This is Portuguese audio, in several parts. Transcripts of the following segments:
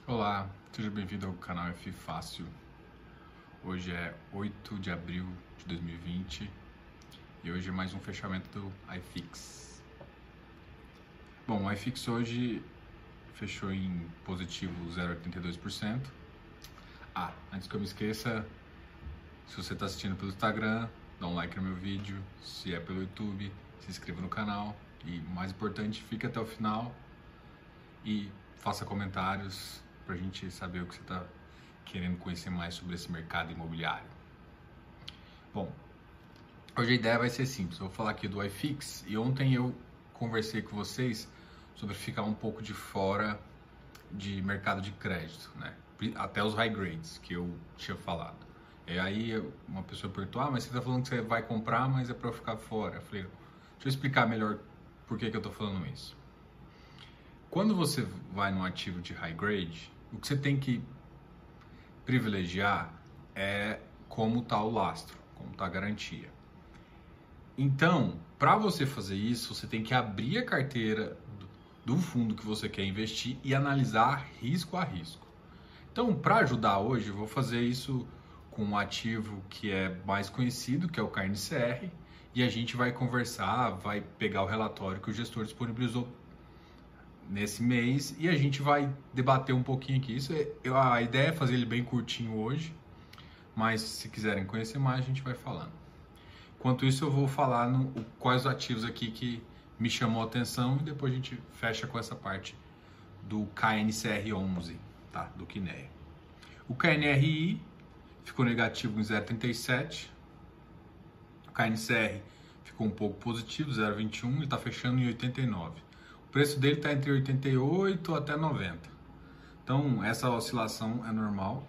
Olá, seja bem-vindo ao canal F Fácil. Hoje é 8 de abril de 2020 e hoje é mais um fechamento do iFix. Bom, o iFix hoje fechou em positivo 0,82%. Antes que eu me esqueça, se você está assistindo pelo Instagram, dá um like no meu vídeo, se é pelo YouTube, se inscreva no canal e, mais importante, fique até o final e faça comentários para a gente saber o que você está querendo conhecer mais sobre esse mercado imobiliário. Bom, hoje a ideia vai ser simples. Eu vou falar aqui do iFix e ontem eu conversei com vocês sobre ficar um pouco de fora de mercado de crédito, né? Até os high grades que eu tinha falado. E aí uma pessoa perguntou, mas você está falando que você vai comprar, mas é para eu ficar fora. Eu falei, deixa eu explicar melhor por que eu estou falando isso. Quando você vai num ativo de high grade, o que você tem que privilegiar é como está o lastro, como está a garantia. Então, para você fazer isso, você tem que abrir a carteira do fundo que você quer investir e analisar risco a risco. Então, para ajudar hoje, eu vou fazer isso com um ativo que é mais conhecido, que é o KNCR, e a gente vai conversar, vai pegar o relatório que o gestor disponibilizou nesse mês e a gente vai debater um pouquinho aqui. A ideia é fazer ele bem curtinho hoje, mas se quiserem conhecer mais, a gente vai falando. Enquanto isso, eu vou falar quais ativos aqui que me chamou a atenção e depois a gente fecha com essa parte do KNCR11, tá? Do KNEA. O KNRI ficou negativo em 0,37, o KNCR ficou um pouco positivo, 0,21, ele está fechando em 89. O preço dele está entre 88 até 90. Então, essa oscilação é normal.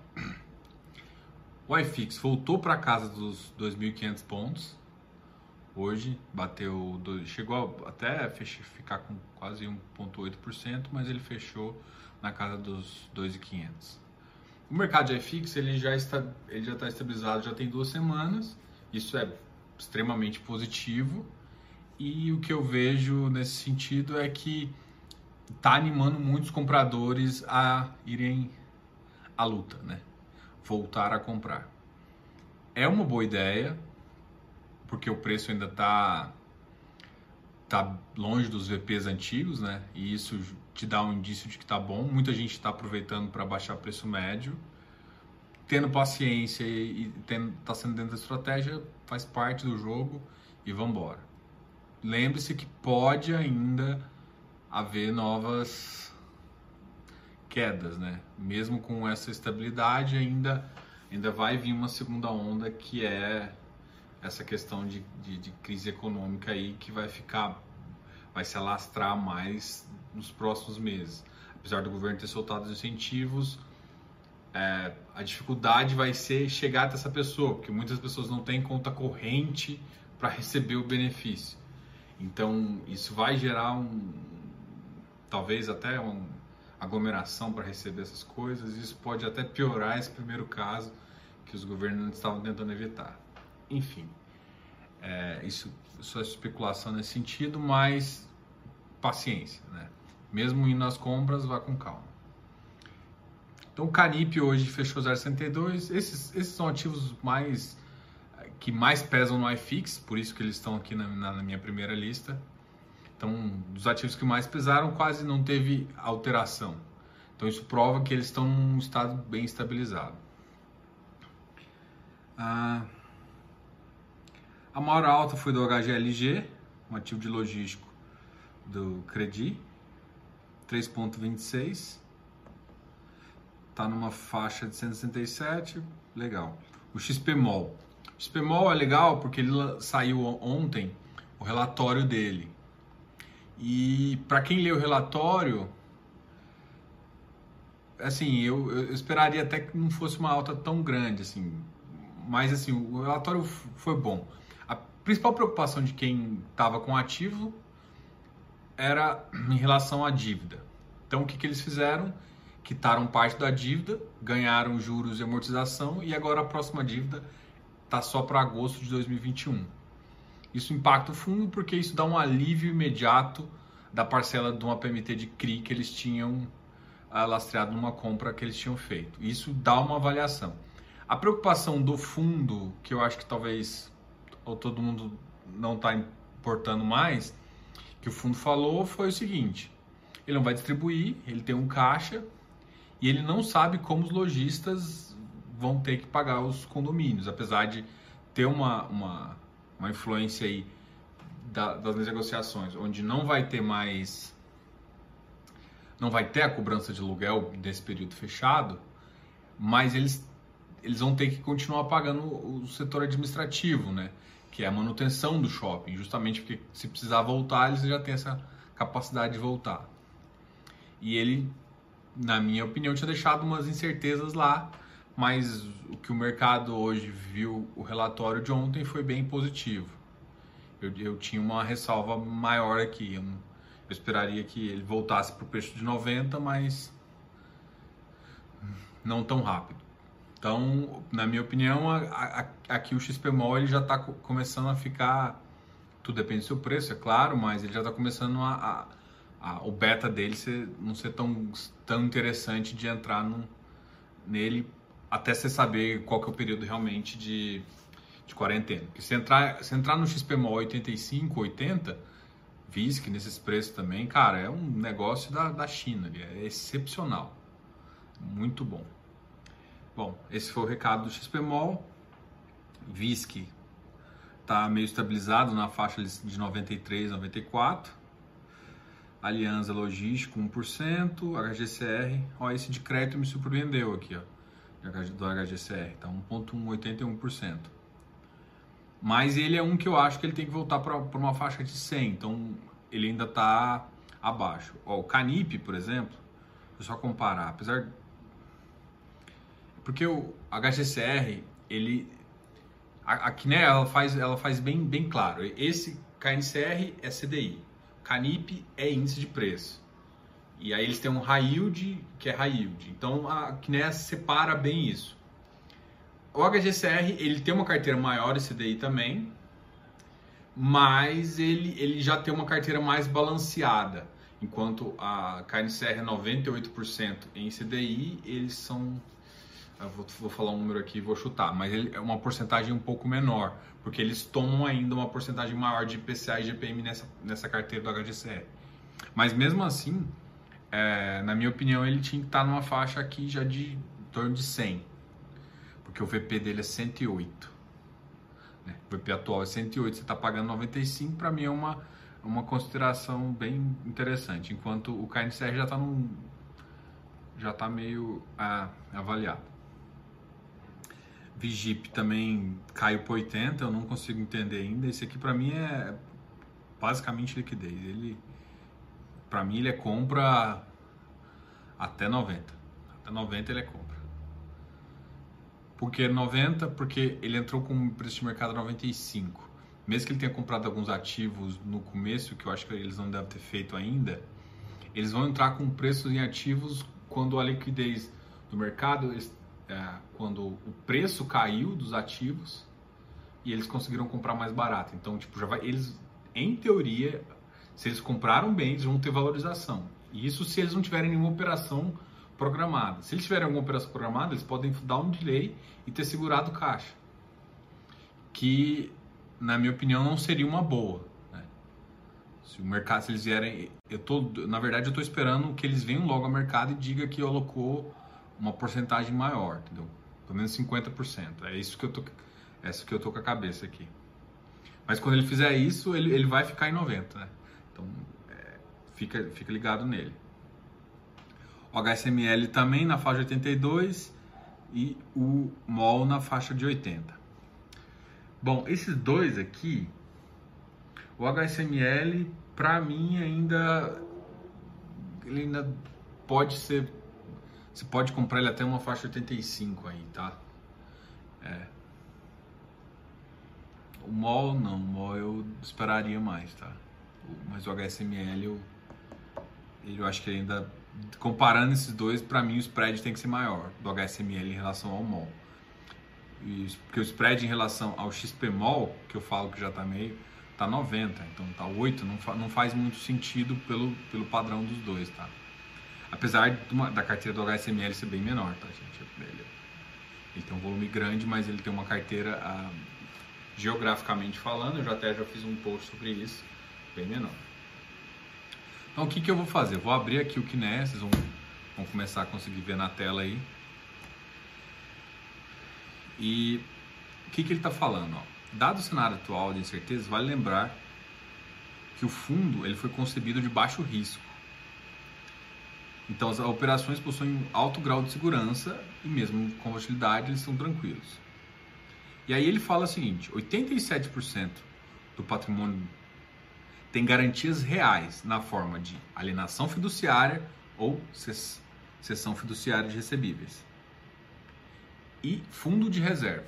O iFix voltou para casa dos 2.500 pontos. Hoje chegou até ficar com quase 1,8%, mas ele fechou na casa dos 2.500. O mercado de iFix ele já está estabilizado, já tem 2 semanas. Isso é extremamente positivo. E o que eu vejo nesse sentido é que está animando muitos compradores a irem à luta, né? Voltar a comprar. É uma boa ideia, porque o preço ainda está longe dos VPs antigos, né? E isso te dá um indício de que está bom. Muita gente está aproveitando para baixar preço médio. Tendo paciência e está sendo dentro da estratégia, faz parte do jogo e vamos embora. Lembre-se que pode ainda haver novas quedas, né? Mesmo com essa estabilidade, ainda vai vir uma segunda onda, que é essa questão de crise econômica aí, que vai se alastrar mais nos próximos meses. Apesar do governo ter soltado os incentivos, a dificuldade vai ser chegar até essa pessoa, porque muitas pessoas não têm conta corrente para receber o benefício. Então, isso vai gerar talvez até uma aglomeração para receber essas coisas. Isso pode até piorar esse primeiro caso que os governos estavam tentando evitar. Enfim, isso só é especulação nesse sentido, mas paciência, né? Mesmo indo nas compras, vá com calma. Então, o Canip hoje fechou 0,62. Esses são ativos que mais pesam no iFix, por isso que eles estão aqui na minha primeira lista. Então, dos ativos que mais pesaram, quase não teve alteração. Então, isso prova que eles estão num estado bem estabilizado. A maior alta foi do HGLG, um ativo de logístico do Credi, 3,26. Está numa faixa de 167, legal. O XPMOL. O XPMOL é legal porque ele saiu ontem o relatório dele. E para quem lê o relatório, assim, eu esperaria até que não fosse uma alta tão grande, assim. Mas assim, o relatório foi bom. A principal preocupação de quem estava com ativo era em relação à dívida. Então, o que eles fizeram? Quitaram parte da dívida, ganharam juros e amortização, e agora a próxima dívida está só para agosto de 2021. Isso impacta o fundo porque isso dá um alívio imediato da parcela de uma PMT de CRI que eles tinham lastreado numa compra que eles tinham feito. Isso dá uma avaliação. A preocupação do fundo, que eu acho que talvez ou todo mundo não está importando mais, que o fundo falou foi o seguinte: ele não vai distribuir, ele tem um caixa e ele não sabe como os lojistas vão ter que pagar os condomínios, apesar de ter uma influência aí das negociações, onde não vai ter a cobrança de aluguel nesse período fechado, mas eles vão ter que continuar pagando o setor administrativo, né? Que é a manutenção do shopping, justamente porque se precisar voltar, eles já têm essa capacidade de voltar. E ele, na minha opinião, tinha deixado umas incertezas lá, mas o que o mercado hoje viu, o relatório de ontem, foi bem positivo. Eu tinha uma ressalva maior aqui, eu esperaria que ele voltasse para o preço de 90, mas não tão rápido. Então, na minha opinião, aqui o XPMOL ele já está começando a ficar, tudo depende do seu preço, é claro, mas ele já está começando o beta dele não ser tão interessante de entrar nele, até você saber qual que é o período realmente de quarentena. Porque se entrar no XPMOL 85, 80, VISC nesses preços também, cara, é um negócio da China, é excepcional, muito bom. Bom, esse foi o recado do XPMOL. VISC está meio estabilizado na faixa de 93, 94. Aliança Logístico 1%, HGCR, ó, esse de crédito me surpreendeu aqui, ó, do HGCR, tá 1,81%. Mas ele é um que eu acho que ele tem que voltar para uma faixa de 100, então ele ainda está abaixo. Ó, o Canip, por exemplo, vou só comparar, apesar porque o HGCR, aqui, né, ela faz bem claro. Esse KNCR é CDI, Canip é índice de preço. E aí eles têm um high yield, que é high yield. Então a CNEA separa bem isso. O HGCR, ele tem uma carteira maior em CDI também, mas ele já tem uma carteira mais balanceada. Enquanto a KNCR é 98% em CDI, eles são... Eu vou falar um número aqui e vou chutar, mas ele é uma porcentagem um pouco menor, porque eles tomam ainda uma porcentagem maior de IPCA e GPM nessa carteira do HGCR. Mas mesmo assim, na minha opinião, ele tinha que estar numa faixa aqui já de em torno de 100, porque o VP dele é 108. Né? O VP atual é 108, você está pagando 95, para mim é uma consideração bem interessante, enquanto o KNCR já está meio avaliado. Vigip também caiu para 80, eu não consigo entender ainda. Esse aqui para mim é basicamente liquidez. Para mim ele é compra até 90. Até 90 ele é compra. Por que 90? Porque ele entrou com preço de mercado 95. Mesmo que ele tenha comprado alguns ativos no começo, que eu acho que eles não devem ter feito ainda, eles vão entrar com preços em ativos quando a liquidez do mercado, quando o preço caiu dos ativos e eles conseguiram comprar mais barato. Então, tipo, eles, em teoria, se eles compraram bem, eles vão ter valorização. E isso se eles não tiverem nenhuma operação programada. Se eles tiverem alguma operação programada, eles podem dar um delay e ter segurado caixa. Que, na minha opinião, não seria uma boa. Né? Se o mercado, se eles vierem... na verdade, eu estou esperando que eles venham logo ao mercado e digam que alocou uma porcentagem maior, entendeu? Pelo menos 50%. É isso que eu tô com a cabeça aqui. Mas quando ele fizer isso, ele vai ficar em 90, né? Então, fica ligado nele. O HSML também na faixa de 82 e o MOL na faixa de 80. Bom, esses dois aqui, o HSML, para mim, ele ainda pode ser... Você pode comprar ele até uma faixa 85 aí, tá? O MOL não, o MOL eu esperaria mais, tá? Mas o HSML eu acho que ainda, comparando esses dois, para mim o spread tem que ser maior do HSML em relação ao MOL. Porque o spread em relação ao XPMOL, que eu falo que já tá 90, então tá 8, não faz muito sentido pelo padrão dos dois, tá? Apesar da carteira do HSML ser bem menor, tá, gente? Ele tem um volume grande, mas ele tem uma carteira, geograficamente falando, eu já fiz um post sobre isso, bem menor. Então, o que eu vou fazer? Eu vou abrir aqui o Kinesis, vão começar a conseguir ver na tela aí. E o que ele está falando? Ó? Dado o cenário atual de incerteza, vale lembrar que o fundo ele foi concebido de baixo risco. Então, as operações possuem alto grau de segurança e mesmo com volatilidade, eles são tranquilos. E aí ele fala o seguinte, 87% do patrimônio tem garantias reais na forma de alienação fiduciária ou cessão fiduciária de recebíveis. E fundo de reserva.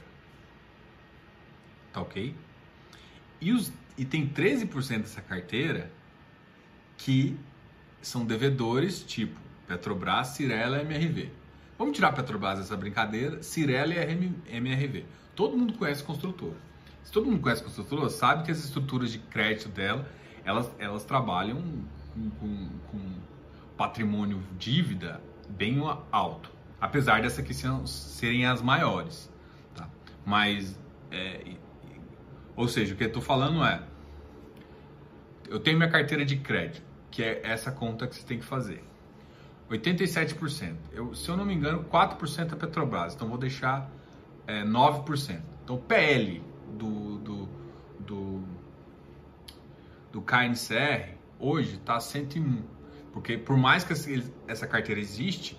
Tá ok? E tem 13% dessa carteira que são devedores tipo Petrobras, Cyrela e MRV. Vamos tirar a Petrobras dessa brincadeira, Cyrela e MRV. Todo mundo conhece construtora. Se todo mundo conhece construtora, sabe que as estruturas de crédito dela, elas trabalham com patrimônio dívida bem alto. Apesar dessas aqui serem as maiores. Tá? Mas, ou seja, o que eu estou falando é, eu tenho minha carteira de crédito, que é essa conta que você tem que fazer. 87%. Se eu não me engano, 4% é Petrobras. Então, vou deixar 9%. Então, o PL do KNCR hoje está 101. Porque por mais que essa carteira existe,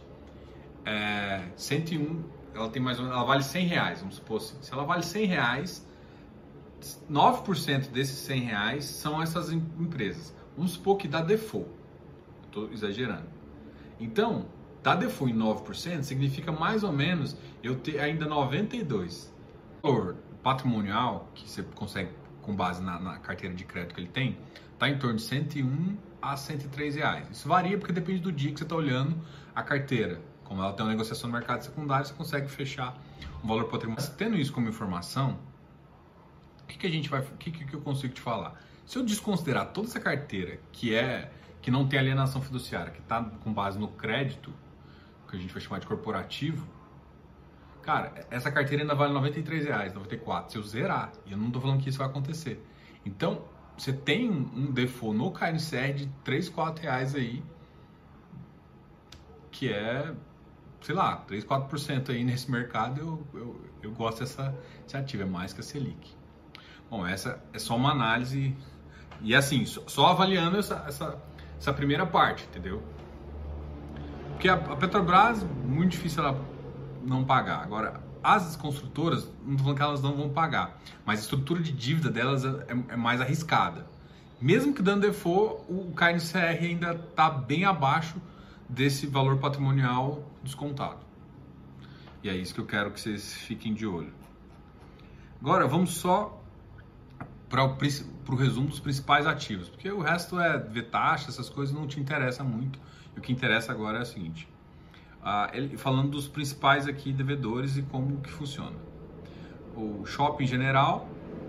101, ela vale R$100, vamos supor assim. Se ela vale R$100, 9% desses R$100 são essas empresas. Vamos supor que dá default. Estou exagerando. Então, dar default em 9% significa mais ou menos eu ter ainda 92%. O valor patrimonial que você consegue com base na carteira de crédito que ele tem, está em torno de 101 a R$103. Isso varia porque depende do dia que você está olhando a carteira. Como ela tem uma negociação no mercado secundário, você consegue fechar um valor patrimonial. Mas, tendo isso como informação, o que eu consigo te falar? Se eu desconsiderar toda essa carteira que não tem alienação fiduciária, que está com base no crédito, que a gente vai chamar de corporativo, cara, essa carteira ainda vale R$93, R$94, se eu zerar, e eu não estou falando que isso vai acontecer. Então, você tem um default no KNCR de R$3, R$4 aí, que é, sei lá, 3, 4% aí nesse mercado, eu gosto dessa ativa, é mais que a Selic. Bom, essa é só uma análise, e assim, só avaliando essa primeira parte, entendeu? Porque a Petrobras, muito difícil ela não pagar. Agora, as construtoras, não estou falando que elas não vão pagar, mas a estrutura de dívida delas é mais arriscada. Mesmo que dando default, o KNCR ainda está bem abaixo desse valor patrimonial descontado. E é isso que eu quero que vocês fiquem de olho. Agora, vamos só para o resumo dos principais ativos, porque o resto é ver taxa, essas coisas não te interessa muito. E o que interessa agora é o seguinte, falando dos principais aqui devedores e como que funciona. O Shopping General,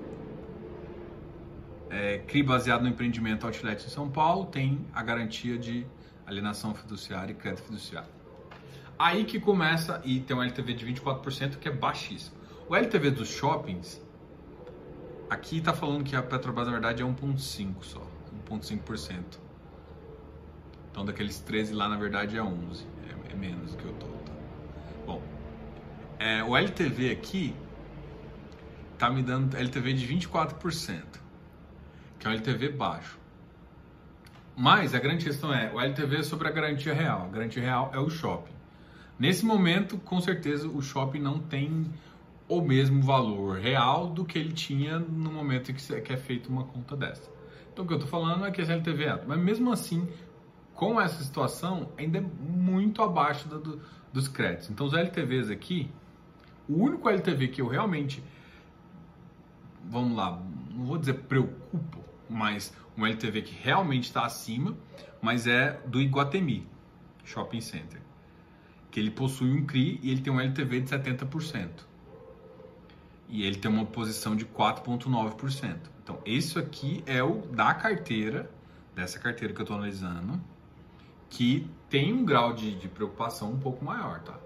CRI baseado no empreendimento Outlet em São Paulo, tem a garantia de alienação fiduciária e crédito fiduciário. Aí que começa, e tem um LTV de 24%, que é baixíssimo. O LTV dos shoppings, aqui está falando que a Petrobras, na verdade, é 1,5% só, 1,5%. Então, daqueles 13 lá, na verdade, é 11%, é menos do que o total. Bom, o LTV aqui está me dando LTV de 24%, que é um LTV baixo. Mas a grande questão o LTV sobre a garantia real. A garantia real é o shopping. Nesse momento, com certeza, o shopping não tem o mesmo valor real do que ele tinha no momento em que é feita uma conta dessa. Então, o que eu estou falando é que esse LTV é alto. Mas mesmo assim, com essa situação, ainda é muito abaixo dos créditos. Então, os LTVs aqui, o único LTV que eu realmente, vamos lá, não vou dizer preocupo, mas um LTV que realmente está acima, mas é do Iguatemi Shopping Center, que ele possui um CRI e ele tem um LTV de 70%. E ele tem uma posição de 4,9%. Então, isso aqui é o da carteira, dessa carteira que eu estou analisando, que tem um grau de preocupação um pouco maior, tá?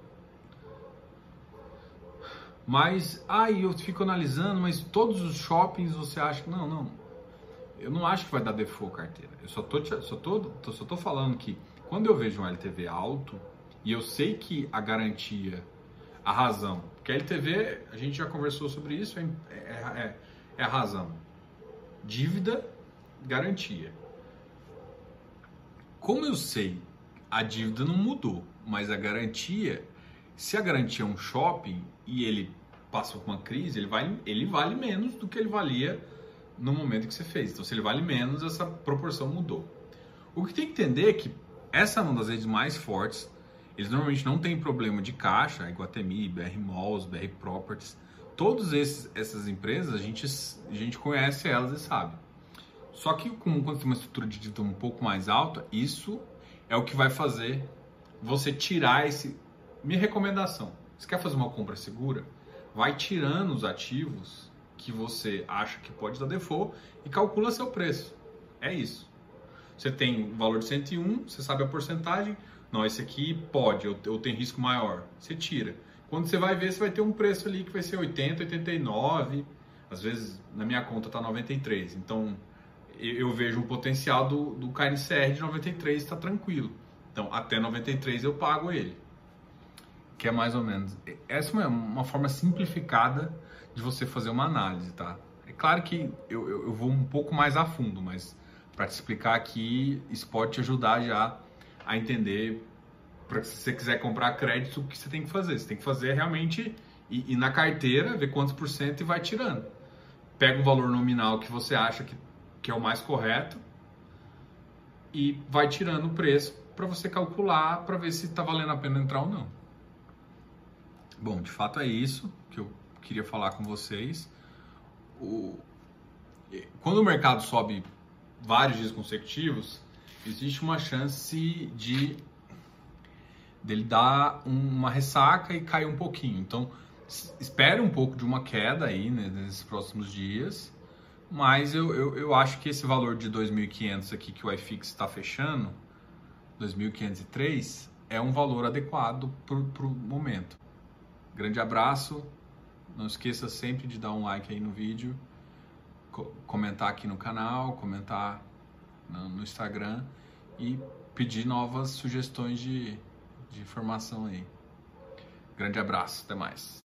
Mas, eu fico analisando, mas todos os shoppings você acha que... Não. Eu não acho que vai dar default carteira. Eu só tô falando que quando eu vejo um LTV alto e eu sei que a garantia, a razão, porque a LTV, a gente já conversou sobre isso, é a razão. Dívida, garantia. Como eu sei, a dívida não mudou, mas a garantia, se a garantia é um shopping e ele passa por uma crise, ele vale menos do que ele valia no momento que você fez. Então, se ele vale menos, essa proporção mudou. O que tem que entender é que essa é uma das redes mais fortes. Eles normalmente não têm problema de caixa, Iguatemi, BR Malls, BR Properties. Todas essas empresas, a gente conhece elas e sabe. Só que quando tem uma estrutura de dívida um pouco mais alta, isso é o que vai fazer você tirar esse... Minha recomendação, você quer fazer uma compra segura? Vai tirando os ativos que você acha que pode dar default e calcula seu preço. É isso. Você tem o valor de 101, você sabe a porcentagem. Não, esse aqui pode, ou tem risco maior. Você tira. Quando você vai ver, você vai ter um preço ali que vai ser 80, 89. Às vezes, na minha conta está 93. Então, eu vejo um potencial do KNCR de 93, está tranquilo. Então, até 93 eu pago ele. Que é mais ou menos... Essa é uma forma simplificada de você fazer uma análise, tá? É claro que eu vou um pouco mais a fundo, mas para te explicar aqui, isso pode te ajudar já a entender, para se você quiser comprar crédito, o que você tem que fazer. Você tem que fazer realmente ir na carteira, ver quantos por cento e vai tirando. Pega o valor nominal que você acha que é o mais correto e vai tirando o preço para você calcular, para ver se está valendo a pena entrar ou não. Bom, de fato é isso que eu queria falar com vocês. Quando o mercado sobe vários dias consecutivos, existe uma chance dele dar uma ressaca e cair um pouquinho. Então, espere um pouco de uma queda aí, né, nesses próximos dias. Mas eu acho que esse valor de 2.500 aqui que o iFix está fechando, 2.503, é um valor adequado para o momento. Grande abraço, não esqueça sempre de dar um like aí no vídeo, comentar aqui no canal, comentar no Instagram e pedir novas sugestões de informação aí. Grande abraço, até mais.